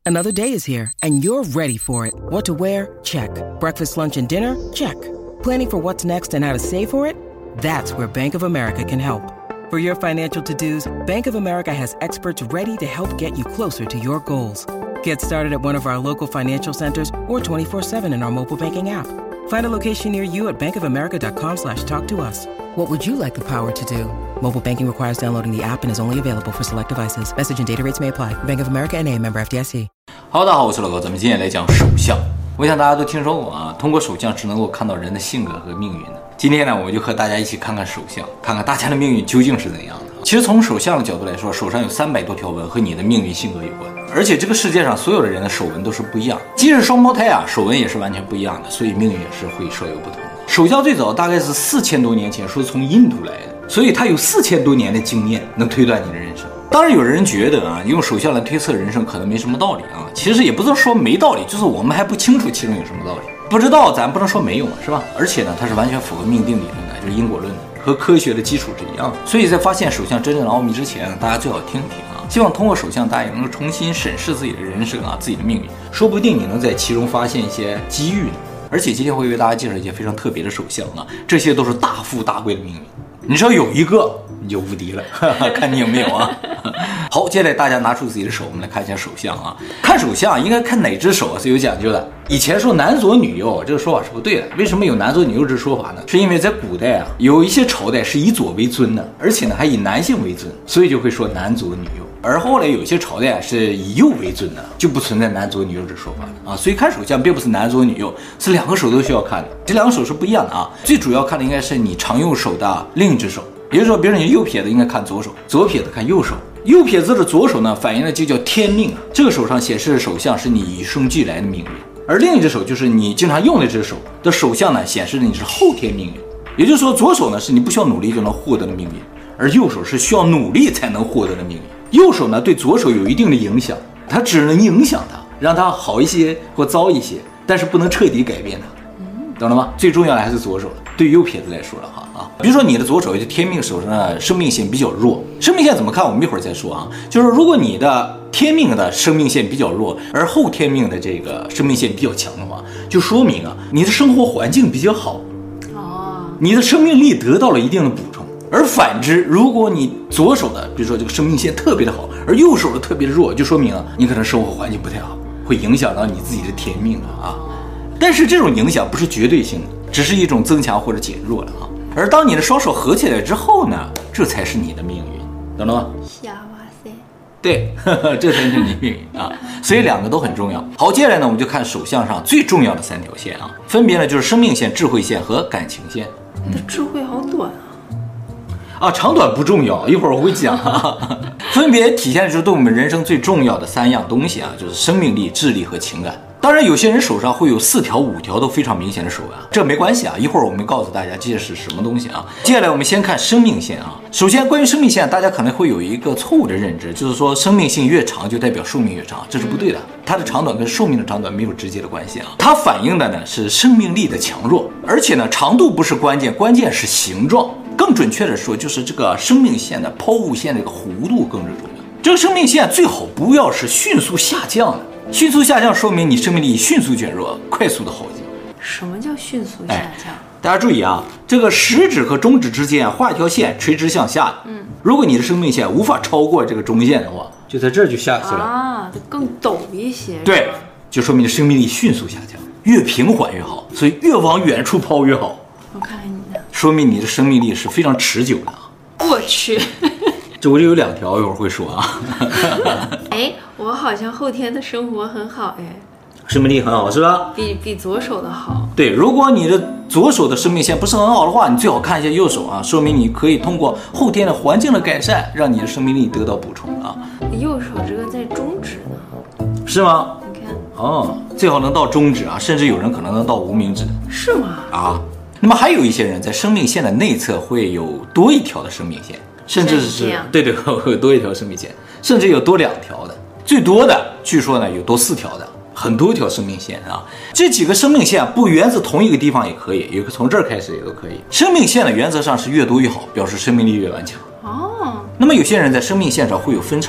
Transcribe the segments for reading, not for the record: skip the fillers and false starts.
Another day is here, and you're ready for it. What to wear? Check. Breakfast, lunch, and dinner? Check. Planning for what's next and how to save for it? That's where Bank of America can help. For your financial to-dos, Bank of America has experts ready to help get you closer to your goals. Get started at one of our local financial centers or 24/7 in our mobile banking app. Find a location near you at bankofamerica.com/talktous. What would you like the power to do? Mobile banking requires downloading the app and is only available for select devices. Message and data rates may apply. Bank of America N.A. member FDIC. Hello， 大家好，我是老高，咱们今天来讲手相。我想大家都听说过啊，通过手相是能够看到人的性格和命运的。今天呢，我就和大家一起看看手相，看看大家的命运究竟是怎样的。其实从手相的角度来说，手上有300多条纹和你的命运性格有关，而且这个世界上所有的人的手纹都是不一样的，即使双胞胎啊，手纹也是完全不一样的，所以命运也是会稍有不同的。手相最早大概是4000多年前说从印度来的，所以它有4000多年的经验能推断你的人生。当然有人觉得啊，用手相来推测人生可能没什么道理啊，其实也不是说没道理，就是我们还不清楚其中有什么道理，不知道咱不能说没有嘛，是吧？而且呢，它是完全符合命定理论的，就是因果论的，和科学的基础是一样的。所以在发现手相真正的奥秘之前，大家最好听听啊，希望通过手相大家也能够重新审视自己的人生啊，自己的命运，说不定你能在其中发现一些机遇呢。而且今天会为大家介绍一些非常特别的手相啊，这些都是大富大贵的命运，你只要有一个你就无敌了，看你有没有啊。好，接下来大家拿出自己的手，我们来看一下手相啊。看手相应该看哪只手是有讲究的。以前说男左女右，这个说法是不对的。为什么有男左女右这说法呢？是因为在古代啊，有一些朝代是以左为尊的，而且呢还以男性为尊，所以就会说男左女右。而后来有些朝代是以右为尊的，就不存在男左女右这说法了啊。所以看手相并不是男左女右，是2个手都需要看的。这2个手是不一样的啊。最主要看的应该是你常用手的另一只手，也就是说，比如说你右撇子应该看左手，左撇子看右手。右撇子的左手呢，反映的就叫天命啊。这个手上显示的手相是你与生俱来的命运，而另一只手就是你经常用的这只手的手相呢，显示的你是后天命运。也就是说，左手呢是你不需要努力就能获得的命运，而右手是需要努力才能获得的命运。右手呢对左手有一定的影响，它只能影响它，让它好一些或糟一些，但是不能彻底改变它。懂了吗？最重要的还是左手了，对右撇子来说了哈啊。比如说你的左手就天命手上的生命线比较弱，生命线怎么看我们一会儿再说啊。就是如果你的天命的生命线比较弱，而后天命的这个生命线比较强的话，就说明啊你的生活环境比较好哦，你的生命力得到了一定的补充。而反之，如果你左手的比如说这个生命线特别的好，而右手的特别的弱，就说明啊你可能生活环境不太好，会影响到你自己的天命啊。但是这种影响不是绝对性的，只是一种增强或者减弱了啊。而当你的双手合起来之后呢，这才是你的命运，懂了吗？ 哇塞， 对，这才是你命运啊。所以2个都很重要。好，接下来呢，我们就看手相上最重要的3条线啊，分别呢就是生命线、智慧线和感情线。 你的智慧好短啊，长短不重要，一会儿我会讲啊。分别体现的就是对我们人生最重要的3样东西啊，就是生命力、智力和情感。当然有些人手上会有4条5条都非常明显的手纹，这没关系啊，一会儿我们告诉大家这是什么东西啊。接下来我们先看生命线啊。首先关于生命线，大家可能会有一个错误的认知，就是说生命性越长就代表寿命越长，这是不对的。它的长短跟寿命的长短没有直接的关系啊，它反映的呢是生命力的强弱，而且呢长度不是关键，关键是形状。更准确的说，就是这个生命线的抛物线这个弧度更是重要。这个生命线最好不要是迅速下降的，迅速下降说明你生命力迅速减弱，快速的耗尽。 什么叫迅速下降？ 大家注意啊，这个食指和中指之间画一条线，垂直向下。如果你的生命线无法超过这个中线的话，就在这儿就下去了啊，更陡一些。 对，就说明你的生命力迅速下降，越平缓越好，所以越往远处抛越好。 我看看你的， 说明你的生命力是非常持久的。 我去。 这我就有2条，一会儿会说啊。 哎，我好像后天的生活很好哎， 生命力很好是吧？ 比左手的好。 对，如果你的左手的生命线不是很好的话，你最好看一下右手啊，说明你可以通过后天的环境的改善，让你的生命力得到补充啊。 右手这个在中指呢， 是吗？ 你看哦，最好能到中指啊，甚至有人可能能到无名指。 是吗？ 啊，那么还有一些人在生命线的内侧会有多一条的生命线。甚至是对，会有多一条生命线，甚至有多2条的，最多的据说呢有多4条的，很多条生命线啊。这几个生命线不源自同一个地方也可以，有个从这儿开始也都可以。生命线的原则上是越多越好，表示生命力越顽强。哦，那么有些人在生命线上会有分叉，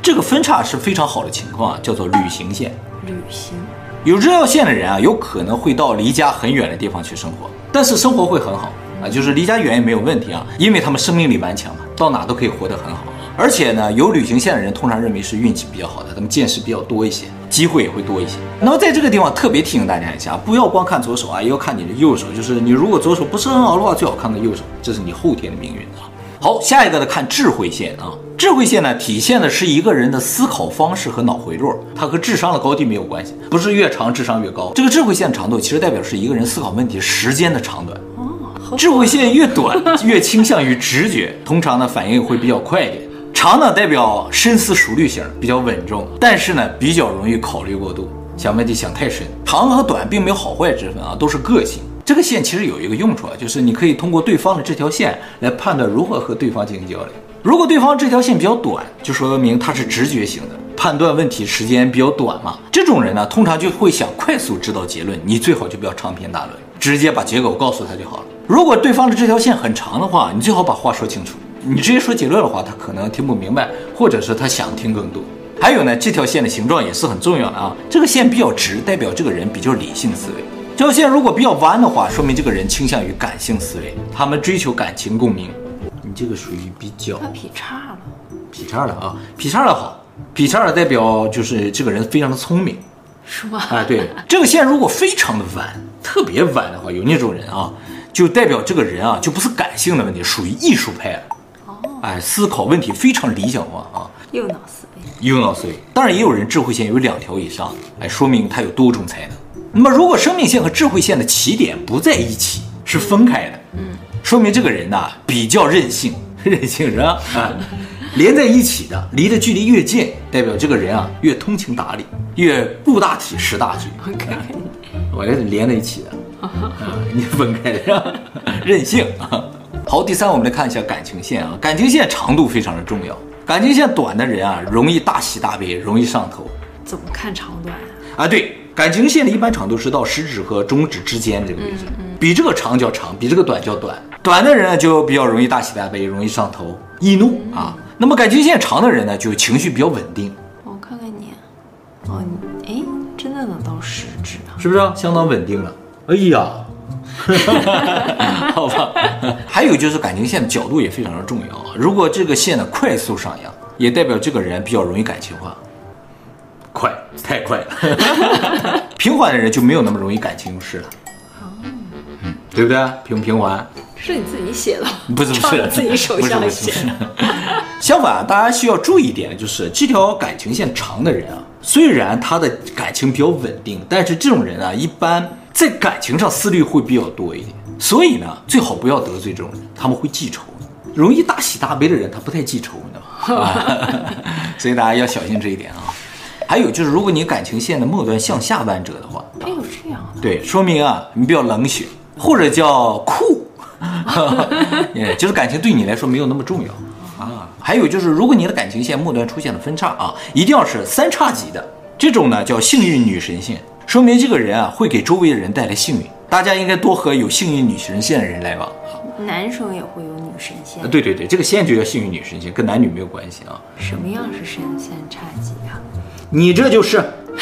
这个分叉是非常好的情况啊，叫做旅行线。 旅行有这条线的人啊，有可能会到离家很远的地方去生活，但是生活会很好啊，就是离家远也没有问题啊，因为他们生命力顽强嘛，到哪都可以活得很好。而且呢，有旅行线的人通常认为是运气比较好的，他们见识比较多一些，机会也会多一些。那么在这个地方特别提醒大家一下，不要光看左手啊，也要看你的右手。就是你如果左手不是很好的话，最好看看右手，这是你后天的命运啊。好，下一个呢，看智慧线啊。智慧线呢，体现的是一个人的思考方式和脑回路，它和智商的高低没有关系，不是越长智商越高。这个智慧线长度其实代表是一个人思考问题时间的长短。智慧线越短，越倾向于直觉，通常呢反应会比较快一点。长呢代表深思熟虑型，比较稳重，但是呢比较容易考虑过度，想问题想太深。长和短并没有好坏之分啊，都是个性。这个线其实有一个用处啊，就是你可以通过对方的这条线来判断如何和对方进行交流。如果对方这条线比较短，就说明他是直觉型的，判断问题时间比较短嘛。这种人呢，通常就会想快速知道结论，你最好就不要长篇大论，直接把结果告诉他就好了。如果对方的这条线很长的话，你最好把话说清楚。你直接说结论的话，他可能听不明白，或者是他想听更多。还有呢，这条线的形状也是很重要的啊。这个线比较直，代表这个人比较理性思维。这条线如果比较弯的话，说明这个人倾向于感性思维，他们追求感情共鸣。你这个属于比较， 他劈叉了， 劈叉了啊，劈叉了好，劈叉了代表就是这个人非常的聪明， 是吗？ 哎，对，这个线如果非常的弯，特别弯的话，有那种人啊，就代表这个人啊就不是感性的问题，属于艺术派了。哎，思考问题非常理想化啊， 右脑思维， 右脑思维。当然也有人智慧线有2条以上，哎，说明他有多种才能。那么如果生命线和智慧线的起点不在一起，是分开的，说明这个人呐比较任性，任性是吧？啊，连在一起的，离的距离越近，代表这个人啊越通情达理，越顾大体识大局。 我看看你， 我这是连在一起的，你分开的是吧？任性啊。好，第3我们来看一下感情线啊，感情线长度非常的重要。感情线短的人啊，容易大喜大悲，容易上头。 怎么看长短啊？对，感情线的一般长度是到食指和中指之间这个位置，比这个长叫长，比这个短叫短。短的人呢就比较容易大喜大悲，容易上头、易怒啊。那么感情线长的人呢，就情绪比较稳定。 我看看你，哦，你哎，真的能到食指啊？ 是不是啊？相当稳定了？哎呀。好吧，还有就是感情线的角度也非常的重要啊。如果这个线呢快速上扬，也代表这个人比较容易感情化，快，太快了。平缓的人就没有那么容易感情用事了。对不对？平缓， 是你自己写的？ 不是， 自己手上写的。 相反，大家需要注意一点，就是这条感情线长的人啊，虽然他的感情比较稳定，但是这种人啊，一般在感情上思虑会比较多一点，所以呢，最好不要得罪这种人，他们会记仇。容易大喜大悲的人，他不太记仇，你知道吗？所以大家要小心这一点啊。还有就是，如果你感情线的末端向下弯折的话， 还有这样的， 对，说明啊，你比较冷血，或者叫酷，就是感情对你来说没有那么重要啊。还有就是，如果你的感情线末端出现了分叉啊，一定要是3叉戟的，这种呢叫幸运女神线，说明这个人啊会给周围的人带来幸运。大家应该多和有幸运女神线的人来往。 男生也会有女神线？ 对，这个线就叫幸运女神线，跟男女没有关系啊。 什么样是3叉戟啊？ 你这就是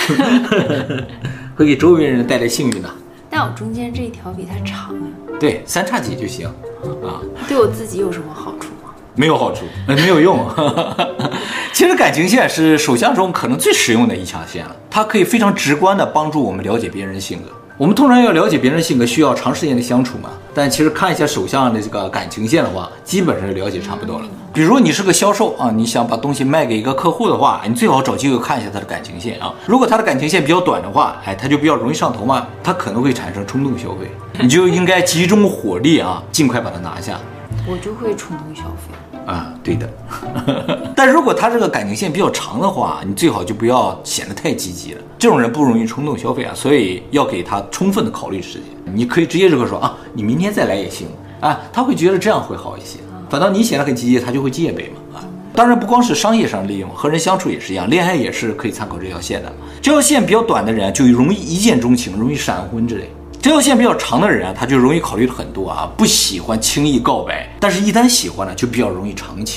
会给周围人带来幸运的。 但我中间这一条比它长呀。 对，3叉戟就行啊。 对我自己有什么好处吗？ 没有好处，没有用。其实感情线是手相中可能最实用的一条线了，它可以非常直观的帮助我们了解别人的性格。我们通常要了解别人的性格，需要长时间的相处嘛。但其实看一下手相的这个感情线的话，基本上了解差不多了。比如你是个销售啊，你想把东西卖给一个客户的话，你最好找机会看一下他的感情线啊。如果他的感情线比较短的话，他就比较容易上头嘛，他可能会产生冲动消费，你就应该集中火力啊，尽快把它拿下。 我就会冲动消费。 啊，对的。但如果他这个感情线比较长的话，你最好就不要显得太积极了。这种人不容易冲动消费啊，所以要给他充分的考虑时间。你可以直接这个说啊，你明天再来也行啊，他会觉得这样会好一些。反倒你显得很积极，他就会戒备嘛啊。当然不光是商业上利用，和人相处也是一样，恋爱也是可以参考这条线的。这条线比较短的人就容易一见钟情，容易闪婚之类。这条线比较长的人啊，他就容易考虑很多啊，不喜欢轻易告白，但是一旦喜欢了就比较容易长情。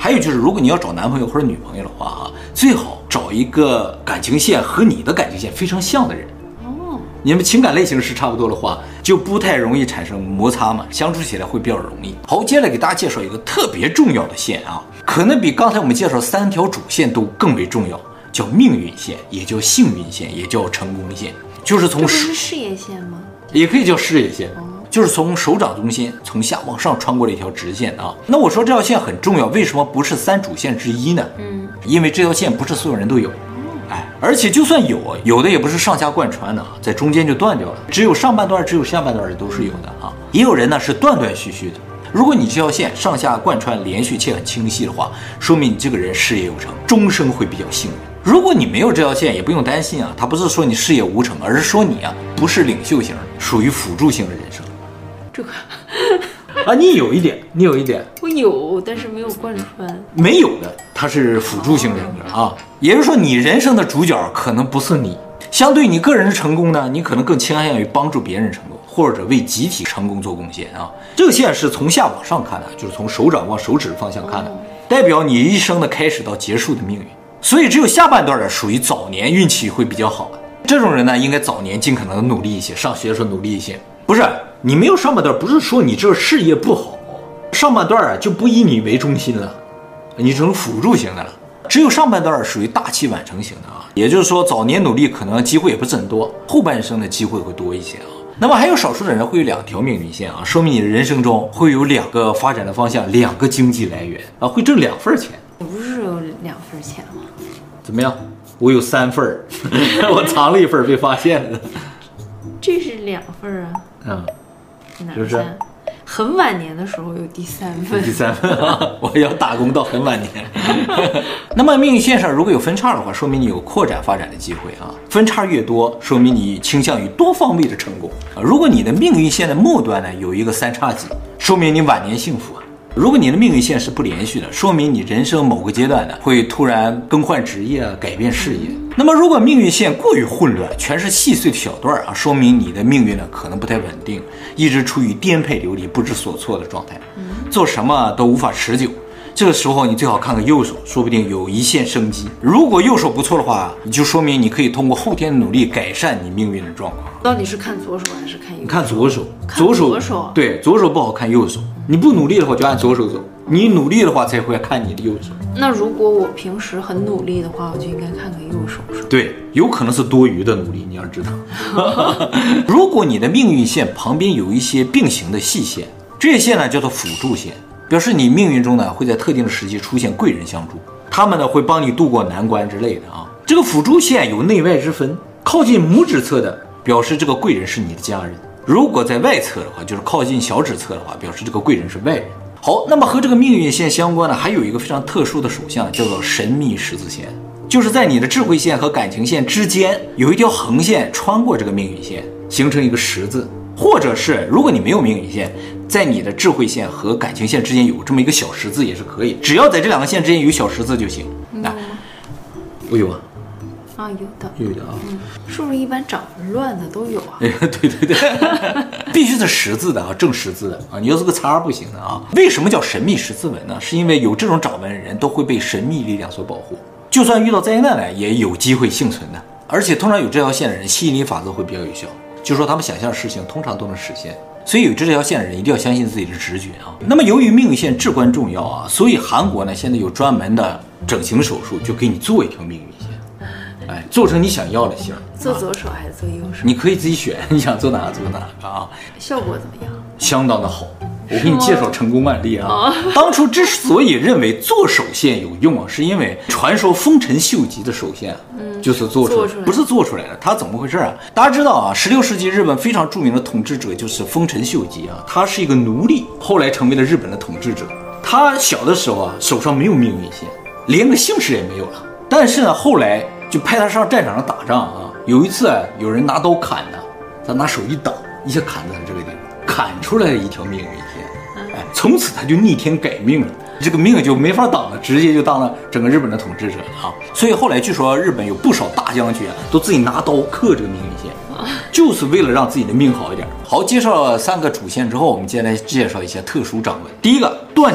还有就是，如果你要找男朋友或者女朋友的话啊，最好找一个感情线和你的感情线非常像的人。哦，你们情感类型是差不多的话，就不太容易产生摩擦嘛，相处起来会比较容易。好，接下来给大家介绍一个特别重要的线啊，可能比刚才我们介绍3条主线都更为重要，叫命运线，也叫幸运线，也叫成功线，就是从这不是事业线吗？ 也可以叫事业线。就是从手掌中心从下往上穿过了一条直线啊。那我说这条线很重要，为什么不是3主线之一呢？因为这条线不是所有人都有，而且就算有的也不是上下贯穿的啊，在中间就断掉了，只有上半段只有下半段的都是有的啊。也有人呢是断断续续的。如果你这条线上下贯穿连续且很清晰的话，说明你这个人事业有成，终生会比较幸运。如果你没有这条线，也不用担心啊，它不是说你事业无成，而是说你啊不是领袖型，属于辅助型的人生。 这个啊，你有一点， 我有，但是没有贯穿。 没有的，它是辅助型人格啊，也就是说，你人生的主角可能不是你。相对你个人的成功呢，你可能更倾向于帮助别人成功，或者为集体成功做贡献啊。这个线是从下往上看的，就是从手掌往手指方向看的，代表你一生的开始到结束的命运。所以只有下半段的属于早年运气会比较好的这种人呢，应该早年尽可能努力一些，上学的时候努力一些。不是你没有上半段，不是说你这个事业不好，上半段啊就不以你为中心了，你成辅助型的了。只有上半段属于大器晚成型的啊，也就是说早年努力可能机会也不是很多，后半生的机会会多一些啊。那么还有少数的人会有2条命运线啊，说明你的人生中会有2个发展的方向，2个经济来源啊，会挣2份钱。 你不是有2份钱吗？ 怎么样？我有3份我藏了1份被发现了。 这是2份啊。哪就是很晚年的时候有第3份。 第3份啊，我要打工到很晚年。那么命运线上如果有分叉的话，说明你有扩展发展的机会啊。分叉越多，说明你倾向于多方面的成功啊。如果你的命运线的末端呢有一个3叉戟，说明你晚年幸福啊。如果你的命运线是不连续的，说明你人生某个阶段呢会突然更换职业啊，改变事业。那么如果命运线过于混乱，全是细碎的小段啊，说明你的命运呢可能不太稳定，一直处于颠沛流离、不知所措的状态，做什么都无法持久。这个时候你最好看看右手，说不定有一线生机。如果右手不错的话，你就说明你可以通过后天的努力改善你命运的状况。 到底是看左手还是看右手？ 你看左手， 左手对，左手不好看右手。你不努力的话就按左手走，你努力的话才会看你的右手。 那如果我平时很努力的话，我就应该看看右手是吧？ 对，有可能是多余的努力，你要知道。如果你的命运线旁边有一些并行的细线，这些线呢叫做辅助线，表示你命运中呢会在特定的时期出现贵人相助，他们呢会帮你渡过难关之类的啊。这个辅助线有内外之分，靠近拇指侧的表示这个贵人是你的家人，如果在外侧的话，就是靠近小指侧的话，表示这个贵人是外人。好，那么和这个命运线相关的还有一个非常特殊的手相，叫做神秘十字线，就是在你的智慧线和感情线之间有一条横线穿过这个命运线，形成一个十字。或者是如果你没有命运线，在你的智慧线和感情线之间有这么一个小十字也是可以，只要在这2个线之间有小十字就行。我有啊。 啊， 有的啊， 是不是一般掌纹乱的都有啊？ 对，必须是十字的啊，正十字的啊，你要是个叉不行的啊。为什么叫神秘十字纹呢？是因为有这种掌纹的人都会被神秘力量所保护，就算遇到灾难呢，也有机会幸存的。而且通常有这条线的人，吸引力法则会比较有效，就是说他们想象的事情通常都能实现。所以有这条线的人一定要相信自己的直觉啊。那么由于命运线至关重要啊，所以韩国呢现在有专门的整形手术，就给你做一条命运线。做成你想要的型， 做左手还是做右手？ 你可以自己选，你想做哪个做哪个啊。 效果怎么样？ 相当的好，我给你介绍成功案例啊。当初之所以认为做手线有用啊，是因为传说丰臣秀吉的手线，就是做出来，不是做出来的。他怎么回事啊？大家知道啊，16世纪日本非常著名的统治者就是丰臣秀吉啊，他是一个奴隶，后来成为了日本的统治者。他小的时候啊，手上没有命运线，连个姓氏也没有了。但是呢，后来就派他上战场上打仗啊。有一次有人拿刀砍他，他拿手一挡，一下砍在这个地方，砍出来一条命运线。从此他就逆天改命了，这个命就没法挡了，直接就当了整个日本的统治者啊。所以后来据说日本有不少大将军啊，都自己拿刀刻这个命运线，就是为了让自己的命好一点。好，介绍了3个主线之后，我们接下来介绍一下特殊掌纹。第一个断掌纹，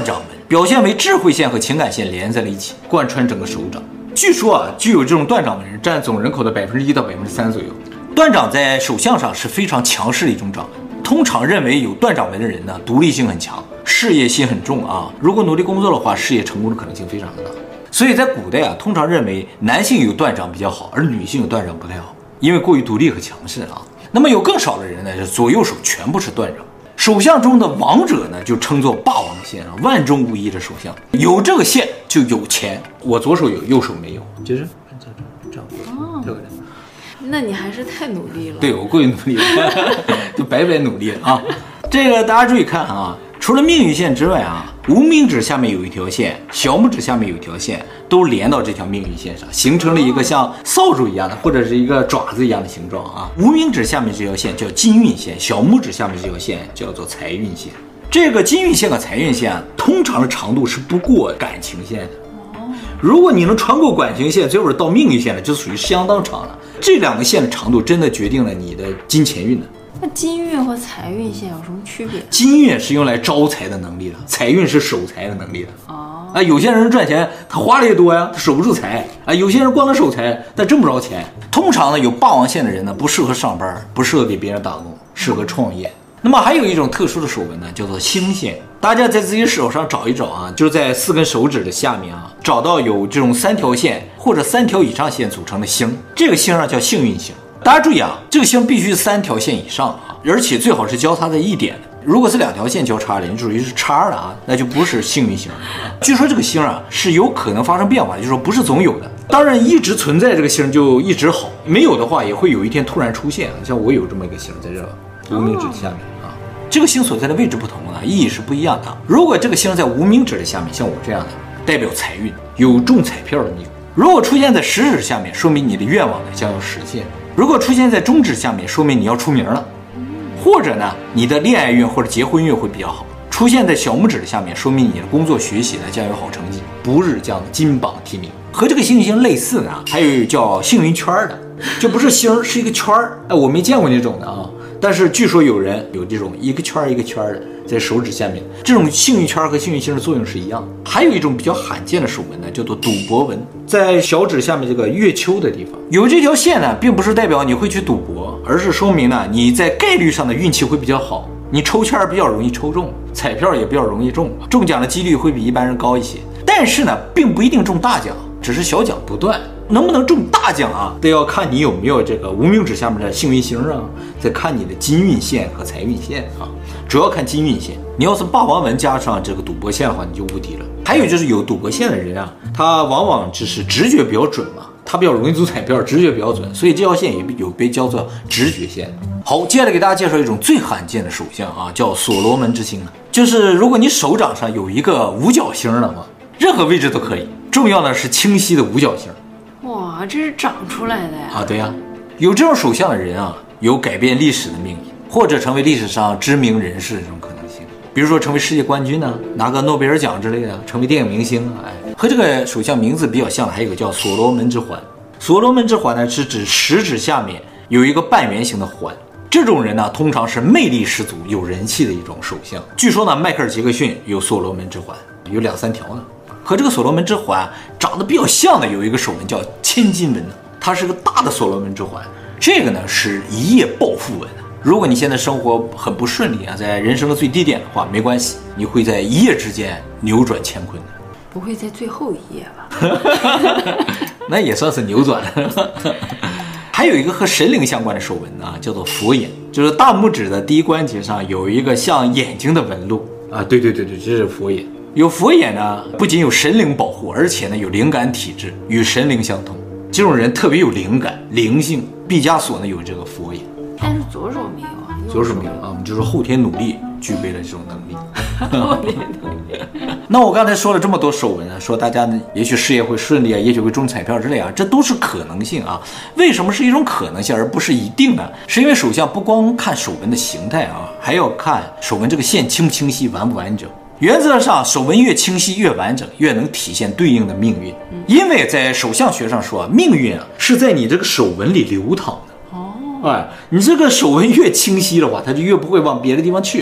表现为智慧线和情感线连在了一起，贯穿整个手掌。据说啊，具有这种断掌的人占总人口的1%到3%左右。断掌在手相上是非常强势的一种掌纹，通常认为有断掌纹的人呢，独立性很强，事业心很重啊。如果努力工作的话，事业成功的可能性非常的大。所以在古代啊，通常认为男性有断掌比较好，而女性有断掌不太好，因为过于独立和强势啊。那么有更少的人呢，是左右手全部是断掌。手相中的王者呢，就称作霸王线啊，万中无一的手相，有这个线就有钱。我左手有，右手没有，就是这样过来。 那你还是太努力了。 对，我过于努力了，就白努力了啊。这个大家注意看啊，除了命运线之外啊，无名指下面有一条线，小拇指下面有一条线，都连到这条命运线上，形成了一个像扫帚一样的，或者是一个爪子一样的形状啊。无名指下面这条线叫金运线，小拇指下面这条线叫做财运线。这个金运线和财运线啊，通常的长度是不过感情线的。如果你能穿过感情线，最后到命运线了，就属于相当长了。这两个线的长度真的决定了你的金钱运的。 那金运和财运线有什么区别？ 金运是用来招财的能力的，财运是守财的能力的。啊，有些人赚钱他花的也多呀，他守不住财啊；有些人光能守财，但挣不着钱。通常呢，有霸王线的人呢，不适合上班，不适合给别人打工，适合创业。那么还有一种特殊的手纹呢，叫做星线。大家在自己手上找一找啊，就是在4根手指的下面啊，找到有这种3条线或者3条以上线组成的星，这个星啊叫幸运星。大家注意啊，这个星必须3条线以上啊，而且最好是交叉在一点的。如果是2条线交叉的，你属于是叉的啊，那就不是幸运星。据说这个星啊是有可能发生变化，就是说不是总有的。当然一直存在这个星就一直好，没有的话也会有一天突然出现。像我有这么一个星在这无名指下面啊，这个星所在的位置不同啊，意义是不一样的。如果这个星在无名指的下面，像我这样的，代表财运，有中彩票的命。如果出现在食指下面，说明你的愿望呢将要实现。如果出现在中指下面，说明你要出名了，或者呢，你的恋爱运或者结婚运会比较好。出现在小拇指的下面，说明你的工作学习呢将有好成绩，不日将金榜题名。和这个幸运星类似呢，还有叫幸运圈的，就不是星，是一个圈儿。哎，我没见过那种的啊，但是据说有人有这种一个圈一个圈的在手指下面，这种幸运圈和幸运星的作用是一样。还有一种比较罕见的手纹呢，叫做赌博纹，在小指下面这个月丘的地方有这条线呢，并不是代表你会去赌博，而是说明呢你在概率上的运气会比较好，你抽签比较容易抽中，彩票也比较容易中，中奖的几率会比一般人高一些。但是呢，并不一定中大奖，只是小奖不断。能不能中大奖啊，得要看你有没有这个无名指下面的幸运星啊，再看你的金运线和财运线啊，主要看金运线。你要是霸王纹加上这个赌博线的话，你就无敌了。还有就是有赌博线的人啊，他往往就是直觉比较准嘛，他比较容易中彩票，直觉比较准，所以这条线也有被叫做直觉线。好，接下来给大家介绍一种最罕见的手相啊，叫所罗门之星。就是如果你手掌上有一个五角星的话，任何位置都可以，重要的是清晰的五角星。 哇，这是长出来的呀！ 啊，对呀，有这种手相的人啊，有改变历史的命运，或者成为历史上知名人士的这种可能性。比如说成为世界冠军呢，拿个诺贝尔奖之类的，成为电影明星。哎，和这个手相名字比较像的还有一个叫所罗门之环。所罗门之环呢，是指食指下面有一个半圆形的环。这种人呢，通常是魅力十足、有人气的一种手相。据说呢，迈克尔·杰克逊有所罗门之环，有2-3条呢。和这个所罗门之环长得比较像的有一个手纹叫千金纹，它是个大的所罗门之环。这个呢是一夜暴富纹。如果你现在生活很不顺利啊，在人生的最低点的话，没关系，你会在一夜之间扭转乾坤的。 不会在最后一夜吧？ 那也算是扭转了。还有一个和神灵相关的手纹啊，叫做佛眼，就是大拇指的第一关节上有一个像眼睛的纹路啊。对，这是佛眼。有佛眼呢，不仅有神灵保护，而且呢有灵感体质，与神灵相通。这种人特别有灵感、灵性。毕加索呢有这个佛眼， 但是左手没有啊。 左手没有啊，我们就是后天努力具备了这种能力。 后天努力。 那我刚才说了这么多手纹啊，说大家呢也许事业会顺利啊，也许会中彩票之类啊，这都是可能性啊。为什么是一种可能性而不是一定呢？是因为手相不光看手纹的形态啊，还要看手纹这个线清不清晰、完不完整。原则上，手纹越清晰越完整，越能体现对应的命运。因为在手相学上说，命运啊是在你这个手纹里流淌的。哦，哎，你这个手纹越清晰的话，它就越不会往别的地方去。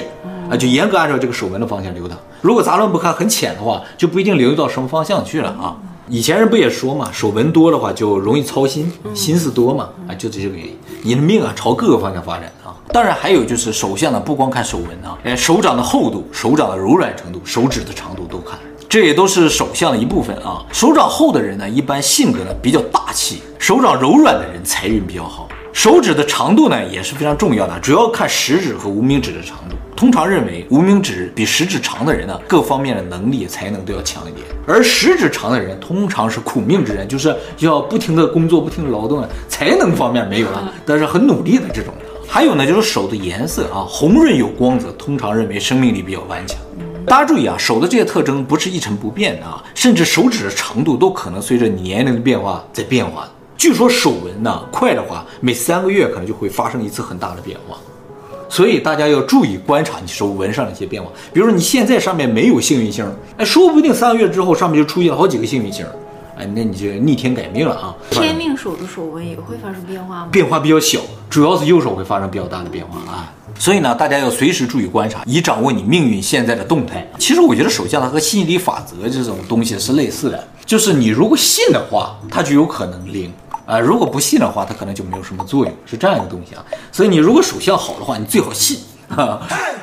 啊，就严格按照这个手纹的方向流淌。如果杂乱不堪很浅的话，就不一定流到什么方向去了啊。以前人不也说嘛，手纹多的话就容易操心，心思多嘛，啊，就这个原因。你的命啊朝各个方向发展啊。当然还有就是手相呢，不光看手纹啊，手掌的厚度、手掌的柔软程度、手指的长度都看。这也都是手相的一部分啊。手掌厚的人呢，一般性格呢比较大气；手掌柔软的人财运比较好。手指的长度呢也是非常重要的，主要看食指和无名指的长度。通常认为无名指比食指长的人呢，各方面的能力才能都要强一点，而食指长的人通常是苦命之人，就是要不停的工作、不停的劳动，才能方面没有了，但是很努力的这种的。还有呢，就是手的颜色啊，红润有光泽，通常认为生命力比较顽强。大家注意啊，手的这些特征不是一成不变的啊，甚至手指的长度都可能随着你年龄的变化在变化的。据说手纹呢，快的话每3个月可能就会发生一次很大的变化，所以大家要注意观察你手纹上的一些变化。比如说你现在上面没有幸运星，说不定3个月之后上面就出现了好几个幸运星，那你就逆天改命了啊！ 天命手的手纹也会发生变化吗？ 变化比较小，主要是右手会发生比较大的变化啊。所以呢，大家要随时注意观察，以掌握你命运现在的动态。其实我觉得手相它和吸引力法则这种东西是类似的，就是你如果信的话，它就有可能灵啊；如果不信的话，它可能就没有什么作用，是这样一个东西啊。所以你如果手相好的话，你最好信啊。